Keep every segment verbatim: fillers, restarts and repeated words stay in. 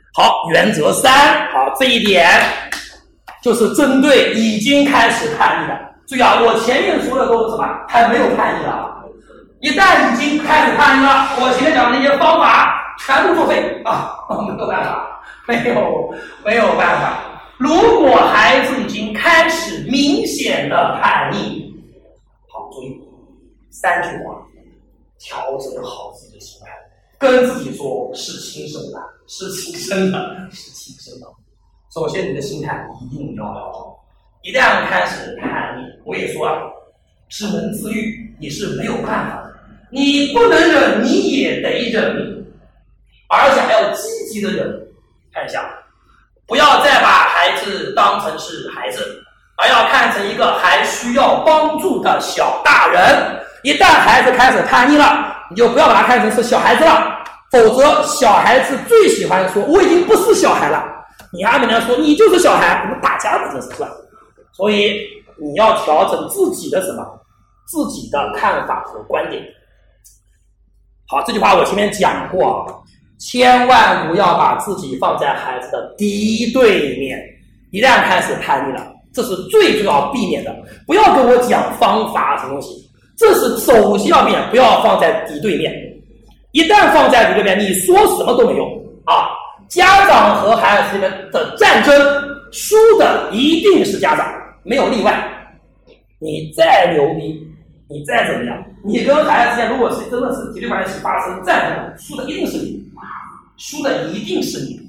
好，原则三，好，这一点就是针对已经开始叛逆的。注意啊，我前面说的都是什么？还没有叛逆的。一旦已经开始叛逆了，我前面讲的那些方法全部作废啊，没有办法，没有没有办法。如果孩子已经开始明显的叛逆，好，注意三句话，调整好自己的心态，跟自己说是亲生的，是亲生的，是亲生的。首先，你的心态一定要调整。一旦开始叛逆，我也说了，只能自愈，你是没有办法的。你不能忍，你也得忍，而且还要积极的忍。看一下，不要再把孩子当成是孩子，而要看成一个还需要帮助的小大人。一旦孩子开始叛逆了，你就不要把他看成是小孩子了，否则小孩子最喜欢说我已经不是小孩了，你还没能说你就是小孩，你们打架了，真是是吧？所以你要调整自己的什么？自己的看法和观点。好，这句话我前面讲过，千万不要把自己放在孩子的敌对面。一旦开始叛逆了，这是最重要避免的。不要跟我讲方法什么东西，这是首先要避免，不要放在敌对面。一旦放在敌对面，你说什么都没用啊！家长和孩子之间的战争，输的一定是家长，没有例外。你再牛逼，你再怎么样，你跟孩子之间如果是真的是敌对关系发生战争，输的一定是你，输的一定是你。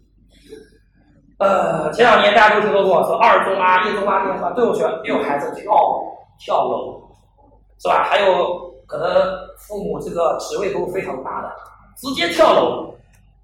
呃，前两年大家都听说过，说二中啊、一中啊、电商都有学都有孩子跳跳楼，是吧？还有可能父母这个职位都非常大的，直接跳楼。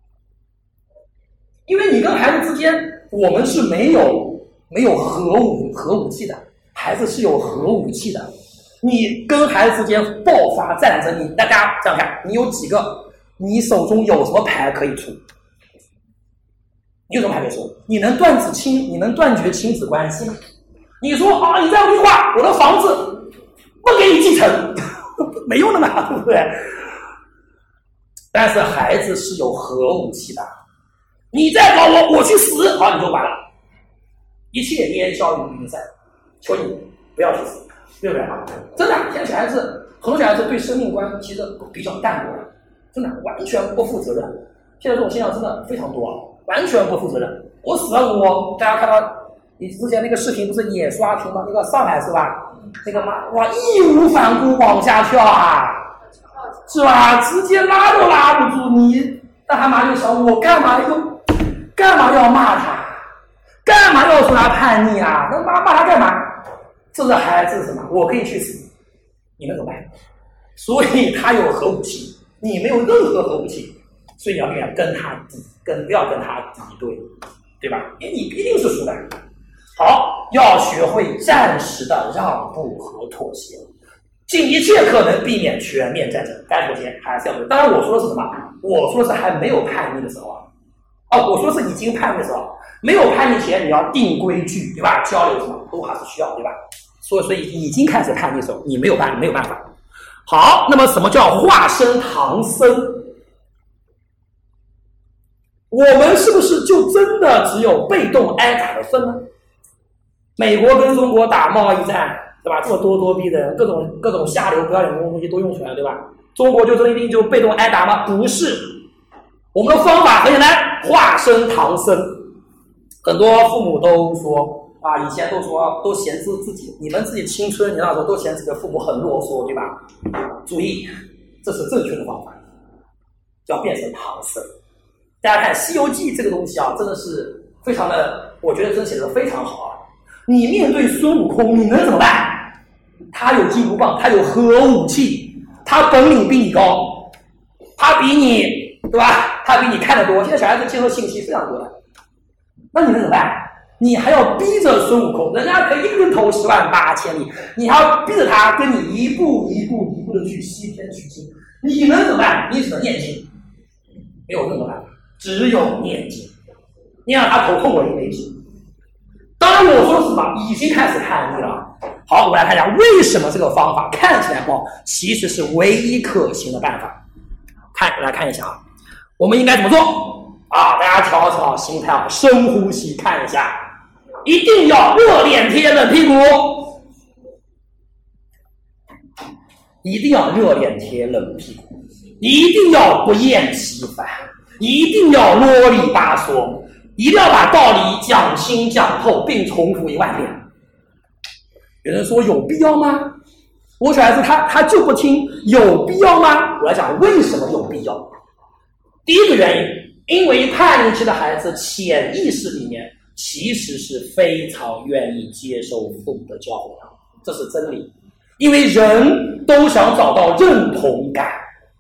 因为你跟孩子之间，我们是没有没有核武核武器的，孩子是有核武器的。你跟孩子之间爆发战争，你大家想想看，你有几个？你手中有什么牌可以出？你有什么牌可以出？你能断子亲？你能断绝亲子关系吗？你说啊，你这样的话，我的房子不给你继承，没用的嘛，对不对？但是孩子是有核武器的。你再搞我，我去死，好，你就完了。一切烟消云散，求你不要去死，对不对啊？真的，现在小孩子，很多小孩子对生命观其实比较淡薄，真的完全不负责任。现在这种现象真的非常多，完全不负责任。我死了我，大家看到你之前那个视频不是也刷屏吗？那个上海是吧？那个妈哇，义无反顾往下跳啊，是吧？直接拉都拉不住你，那他妈就想我干嘛要？干嘛要骂他？干嘛要说他叛逆啊？那骂骂他干嘛？这是孩子什么？我可以去死，你们怎么办？所以他有核武器，你没有任何核武器，所以你要跟跟他敌，跟不要跟他敌对，对吧？因为你一定是输的。好，要学会暂时的让步和妥协，尽一切可能避免全面战争。该妥协还是要妥协。当然，我说的是什么？我说的是还没有叛逆的时候啊。哦，我说是已经叛逆的时候，没有叛逆前你要定规矩，对吧？交流什么都还是需要，对吧？所以，所以已经开始叛逆的时候，你没有办没有办法。好，那么什么叫化身唐僧？我们是不是就真的只有被动挨打的份呢？美国跟中国打贸易战，对吧？这么咄咄逼人，各种各种下流不要脸的东西都用出来了，对吧？中国就真的一定就被动挨打吗？不是。我们的方法很简单，化身唐僧。很多父母都说啊，以前都说都嫌自自己，你们自己青春年少的时候都嫌自己的父母很啰嗦，对吧？注意，这是正确的方法，要变成唐僧。大家看《西游记》这个东西啊，真的是非常的，我觉得真写的非常好啊。你面对孙悟空，你能怎么办？他有金箍棒，他有核武器，他本领比你高，他比你，对吧？他比你看得多。现在小孩子接受信息非常多的，那你能怎么办？你还要逼着孙悟空，人家可以一个人投十万八千里，你还要逼着他跟你一步一步一步的去西天取经，你能怎么办？你只能念经，没有任何办法，只有念经。你让他头痛我也没劲。当然我说什么已经开始叛逆了。好，我们来看一下为什么这个方法看起来不好，其实是唯一可行的办法。看，来看一下啊，我们应该怎么做啊？大家调整好心态，深呼吸，看一下，一定要热脸贴冷屁股，一定要热脸贴冷屁股，一定要不厌其烦，一定要啰里吧嗦，一定要把道理讲清讲透，并重复一万遍。有人说有必要吗？我小孩子他他就不听，有必要吗？我来讲为什么有必要。第一个原因，因为叛逆期的孩子潜意识里面其实是非常愿意接受父母的教诲，这是真理。因为人都想找到认同感，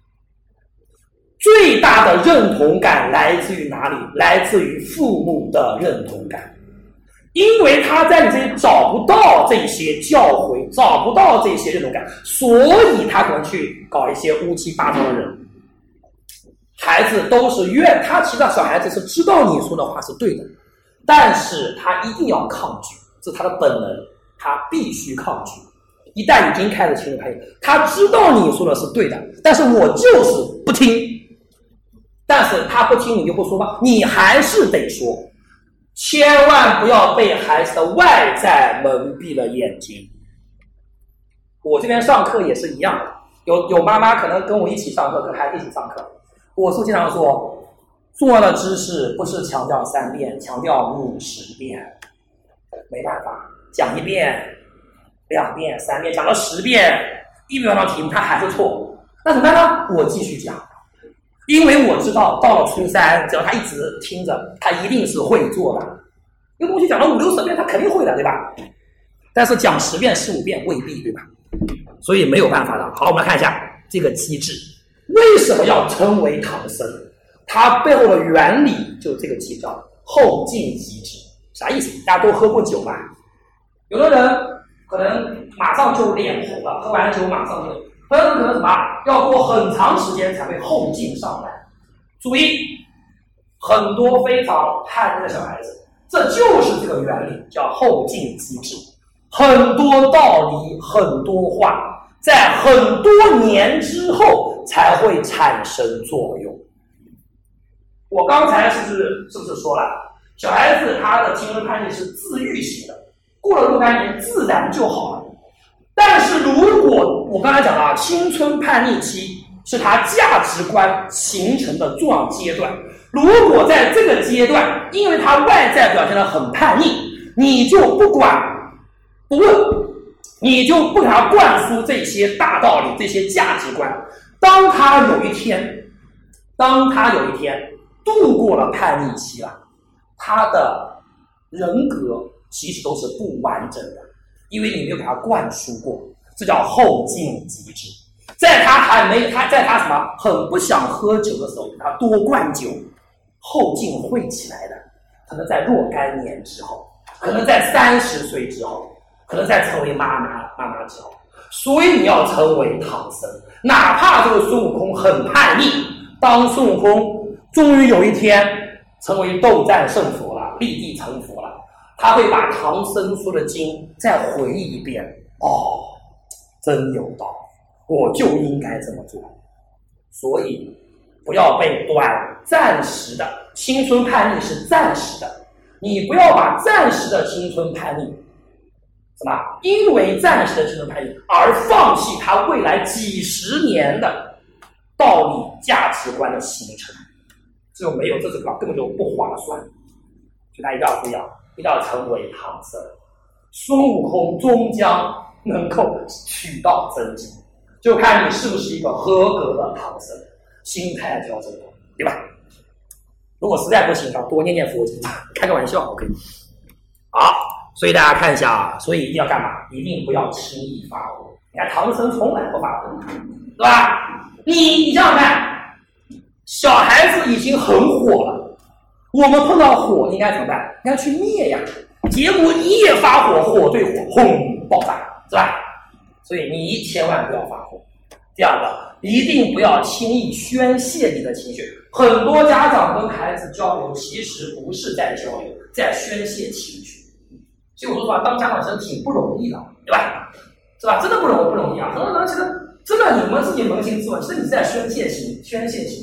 最大的认同感来自于哪里？来自于父母的认同感。因为他在你这里找不到这些教诲，找不到这些认同感，所以他可能去搞一些乌七八糟的人。孩子都是愿，他其实小孩子是知道你说的话是对的，但是他一定要抗拒，这是他的本能，他必须抗拒。一旦已经开始情绪叛逆，他知道你说的是对的，但是我就是不听。但是他不听，你就不说吧，你还是得说。千万不要被孩子的外在蒙蔽了眼睛。我这边上课也是一样的，有有妈妈可能跟我一起上课，跟孩子一起上课。我是经常说，重要的知识不是强调三遍，强调五十遍。没办法，讲一遍、两遍、三遍，讲了十遍，一秒上题目他还是错，那怎么办呢？我继续讲。因为我知道到了初三，只要他一直听着，他一定是会做的。这个东西讲了五六十遍，他肯定会的，对吧？但是讲十遍、十五遍未必，对吧？所以没有办法的。好，我们来看一下这个机制，为什么要称为唐僧？它背后的原理就是这个机制，叫后进机制。啥意思？大家都喝过酒吧？有的人可能马上就脸红了，喝完酒马上就。还有人可能什么？要过很长时间才会后劲上来。注意，很多非常叛逆的小孩子，这就是这个原理，叫后劲机制。很多道理、很多话，在很多年之后才会产生作用。我刚才是不是是不是说了，小孩子他的青春叛逆是自愈型的，过了若干年自然就好了。但是如果我刚才讲了，青春叛逆期是他价值观形成的重要阶段，如果在这个阶段，因为他外在表现得很叛逆，你就不管不问，你就不给他灌输这些大道理、这些价值观，当他有一天当他有一天度过了叛逆期了，他的人格其实都是不完整的，因为你没有给他灌输过，这叫后进机制。在他还没他在他什么很不想喝酒的时候，给他多灌酒，后劲会起来的。可能在若干年之后，可能在三十岁之后，可能在成为妈妈妈妈之后。所以你要成为唐僧，哪怕这个孙悟空很叛逆，当孙悟空终于有一天成为斗战胜佛了，立地成佛了，他会把唐僧说的经再回忆一遍，哦，真有道理，我就应该这么做。所以不要被短暂时的青春叛逆是暂时的，你不要把暂时的青春叛逆什么？因为暂时的青春叛逆而放弃他未来几十年的道理价值观的形成，这就没有，这是根本就不划算。所以大家一定要注意啊，一定要成为唐僧，孙悟空终将能够取到真经，就看你是不是一个合格的唐僧，心态调整，对吧？如果实在不行，要多念念佛经，开个玩笑 ，OK。好，所以大家看一下啊，所以一定要干嘛？一定不要轻易发火。你看唐僧从来不发火，对吧？你你想想看，小孩子已经很火了，我们碰到火应该怎么办？应该去灭呀。结果你也发火，火对火，轰，爆炸，是吧？所以你千万不要发火。第二个，一定不要轻易宣泄你的情绪。很多家长跟孩子交流，其实不是在交流，在宣泄情绪。所以我说实话，当家长真挺不容易的，对吧？是吧？真的不容易，不容易啊！很多人其实真的，你们自己扪心自问，其实你在宣泄情宣泄情绪。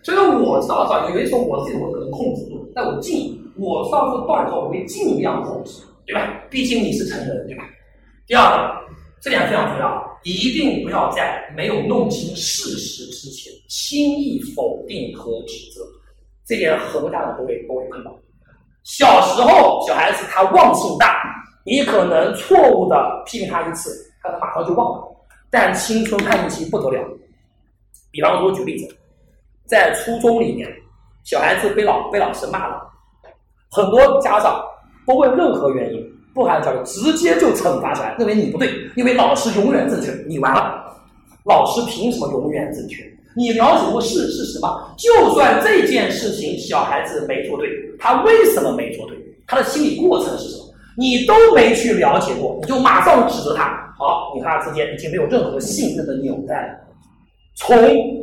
所以说我知道说，有些时候我自己我可能控制不住，但我尽我知道这个道理之后，我会尽量控制，对吧？毕竟你是成人，对吧？第二个，这点非常重要，一定不要在没有弄清事实之前轻易否定和指责，这点很多家长都会都会碰到。小时候小孩子他忘性大，你可能错误的批评他一次，他马上就忘了。但青春叛逆期不得了，比方说举例子，在初中里面，小孩子被老被老师骂了，很多家长不问任何原因，不含教育，直接就惩罚小孩，认为你不对，因为老师永远正确，你完了。老师凭什么永远正确？你了解过事事实吗？就算这件事情小孩子没做对，他为什么没做对？他的心理过程是什么？你都没去了解过，你就马上指责他，好，你和他之间已经没有任何信任的纽带了，从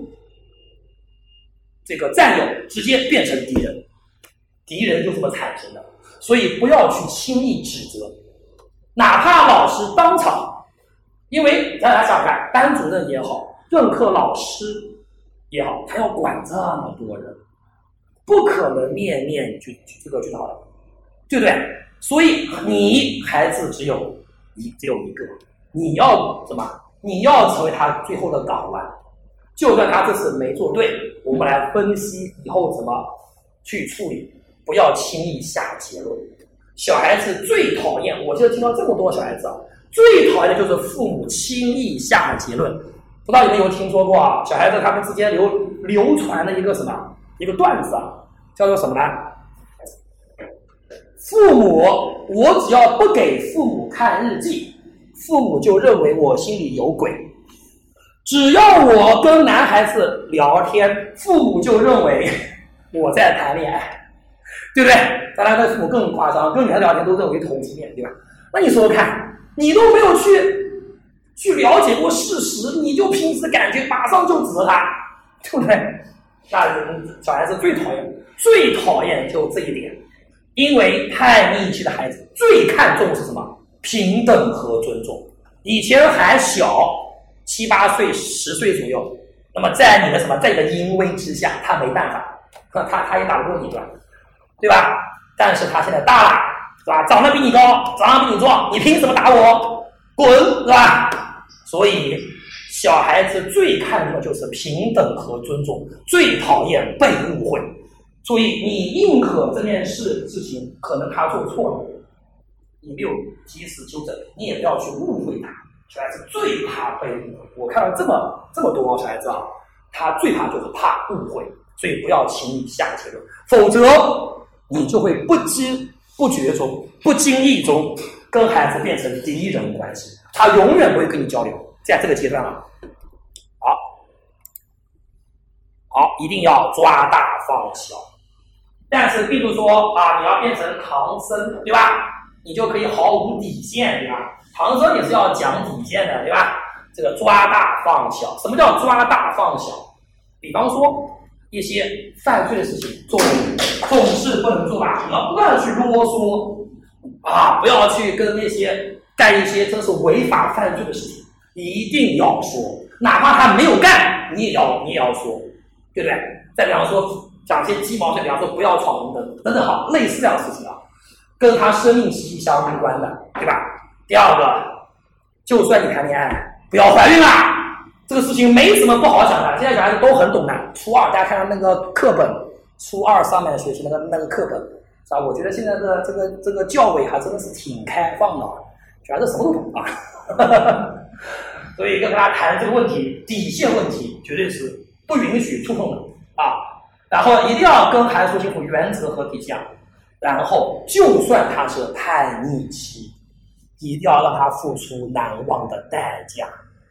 这个战友直接变成敌人，敌人就这么产生的。所以不要去轻易指责，哪怕老师当场，因为大家想想看，班主任也好，任课老师也好，他要管这么多人，不可能面面俱这个俱到的，对不对？所以你孩子只有一只有一个，你要什么？你要成为他最后的港湾。就算他这次没做对，我们来分析以后怎么去处理，不要轻易下结论。小孩子最讨厌，我就听到这么多小孩子啊，最讨厌的就是父母轻易下结论。不知道你们有听说过啊？小孩子他们之间流流传的一个什么一个段子啊，叫做什么呢？父母，我只要不给父母看日记，父母就认为我心里有鬼；只要我跟男孩子聊天，父母就认为我在谈恋爱，对不对？当然，那父母更夸张，跟女孩聊天都认为同性恋，对吧？那你说说看，你都没有去去了解过事实，你就凭此感觉马上就指责他，对不对？那小孩子最讨厌，最讨厌就这一点。因为叛逆期的孩子最看重是什么？平等和尊重。以前还小，七八岁、十岁左右，那么在你的什么，在你的淫威之下，他没办法，他他也打不过你，对吧？对吧？但是他现在大了，是吧？长得比你高，长得比你壮，你凭什么打我？滚，是吧？所以小孩子最看重的就是平等和尊重，最讨厌被误会。所以你认可这件事事情，可能他做错了，你没有及时纠正，你也不要去误会他。小孩子最怕被误会，我看到这么这么多小孩子啊，他最怕就是怕误会，所以不要轻易下结论，否则你就会不知不觉中、不经意中跟孩子变成敌人关系，他永远不会跟你交流。在这个阶段啊，好，好，一定要抓大放小。但是比如说啊，你要变成唐僧，对吧？你就可以毫无底线，对吧？唐僧也是要讲底线的，对吧？这个抓大放小，什么叫抓大放小？比方说一些犯罪的事情，总总是不能做大，你要不断的去啰嗦啊，不要去跟那些干一些真是违法犯罪的事情，一定要说，哪怕他没有干，你也要你也要说，对不对？再比方说讲些鸡毛蒜，比方说不要闯红灯等等，好，类似这样的事情啊，跟他生命息息相关的，对吧？第二个，就算你谈恋爱，不要怀孕啦，这个事情没什么不好讲的，现在小孩子都很懂的。初二大家看到那个课本，初二上面学习那个那个课本，是吧？我觉得现在的这个这个教委还真的是挺开放的，小孩子什么都懂啊。所以跟大家谈这个问题，底线问题绝对是不允许触碰的啊。然后一定要跟孩子说清楚原则和底线，然后就算他是叛逆期，一定要让他付出难忘的代价。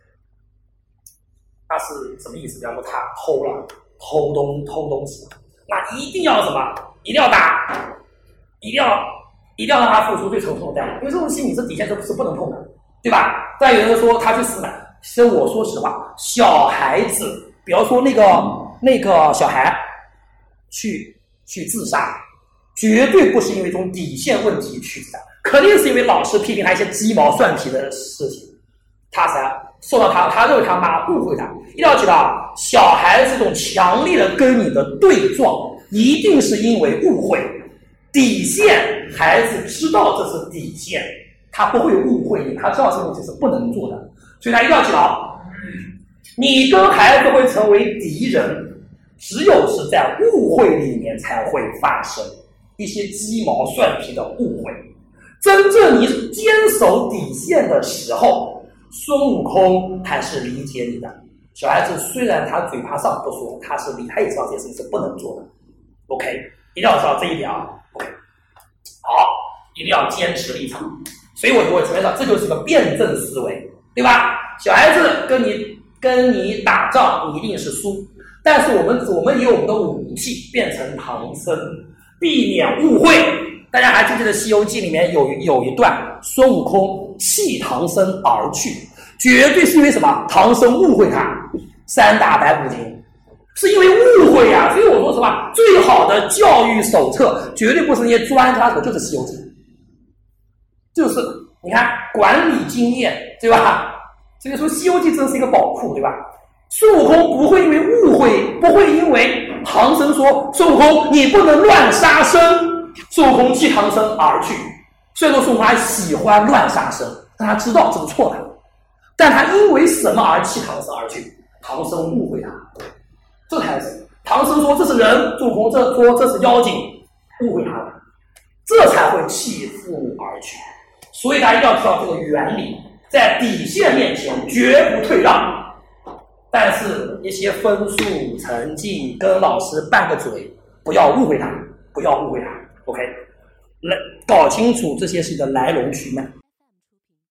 那是什么意思？比方说他偷了，偷东偷东西，那一定要什么？一定要打，一定要一定要让他付出最沉重的代价，因为这种心理是底线，这是不能碰的，对吧？再有人说他去死奶，其实我说实话，小孩子，比方说那个那个小孩去去自杀，绝对不是因为这种底线问题去自杀，肯定是因为老师批评他一些鸡毛蒜皮的事情，他才受到他他认为他妈误会他。一定要记得啊， 小孩子这种强烈的跟你的对撞，一定是因为误会。底线，孩子知道这是底线，他不会误会你，他知道这个东西是不能做的，所以他一定要记牢。你跟孩子会成为敌人，只有是在误会里面才会发生一些鸡毛蒜皮的误会。真正你坚守底线的时候，孙悟空还是理解你的。小孩子虽然他嘴巴上不说，他是理他也知道这件事情是不能做的。OK， 一定要知道这一点啊。OK， 好，一定要坚持立场。所以我我前面说，这就是个辩证思维，对吧？小孩子跟你跟你打仗，你一定是输，但是我们我们也有我们的武器，变成唐僧，避免误会。大家还记不记得《西游记》里面有有一段，孙悟空弃唐僧而去，绝对是因为什么？唐僧误会他，三打白骨精，是因为误会呀、啊。所以我说什么？最好的教育手册绝对不是那些专家的，就是《西游记》，就是你看管理经验，对吧？所以说《西游记》真是一个宝库，对吧？孙悟空不会因为误会，不会因为唐僧说孙悟空你不能乱杀生，孙悟空弃唐僧而去。虽然说孙悟空还喜欢乱杀生，但他知道这是错的，但他因为什么而弃唐僧而去？唐僧误会他，这才是唐僧说这是人，孙悟空这说这是妖精，误会他了，这才会弃父母而去。所以大家一定要知道这个原理，在底线面前绝不退让。但是一些分数成绩跟老师拌个嘴，不要误会他，不要误会他 OK， 来搞清楚这些事的来龙去脉。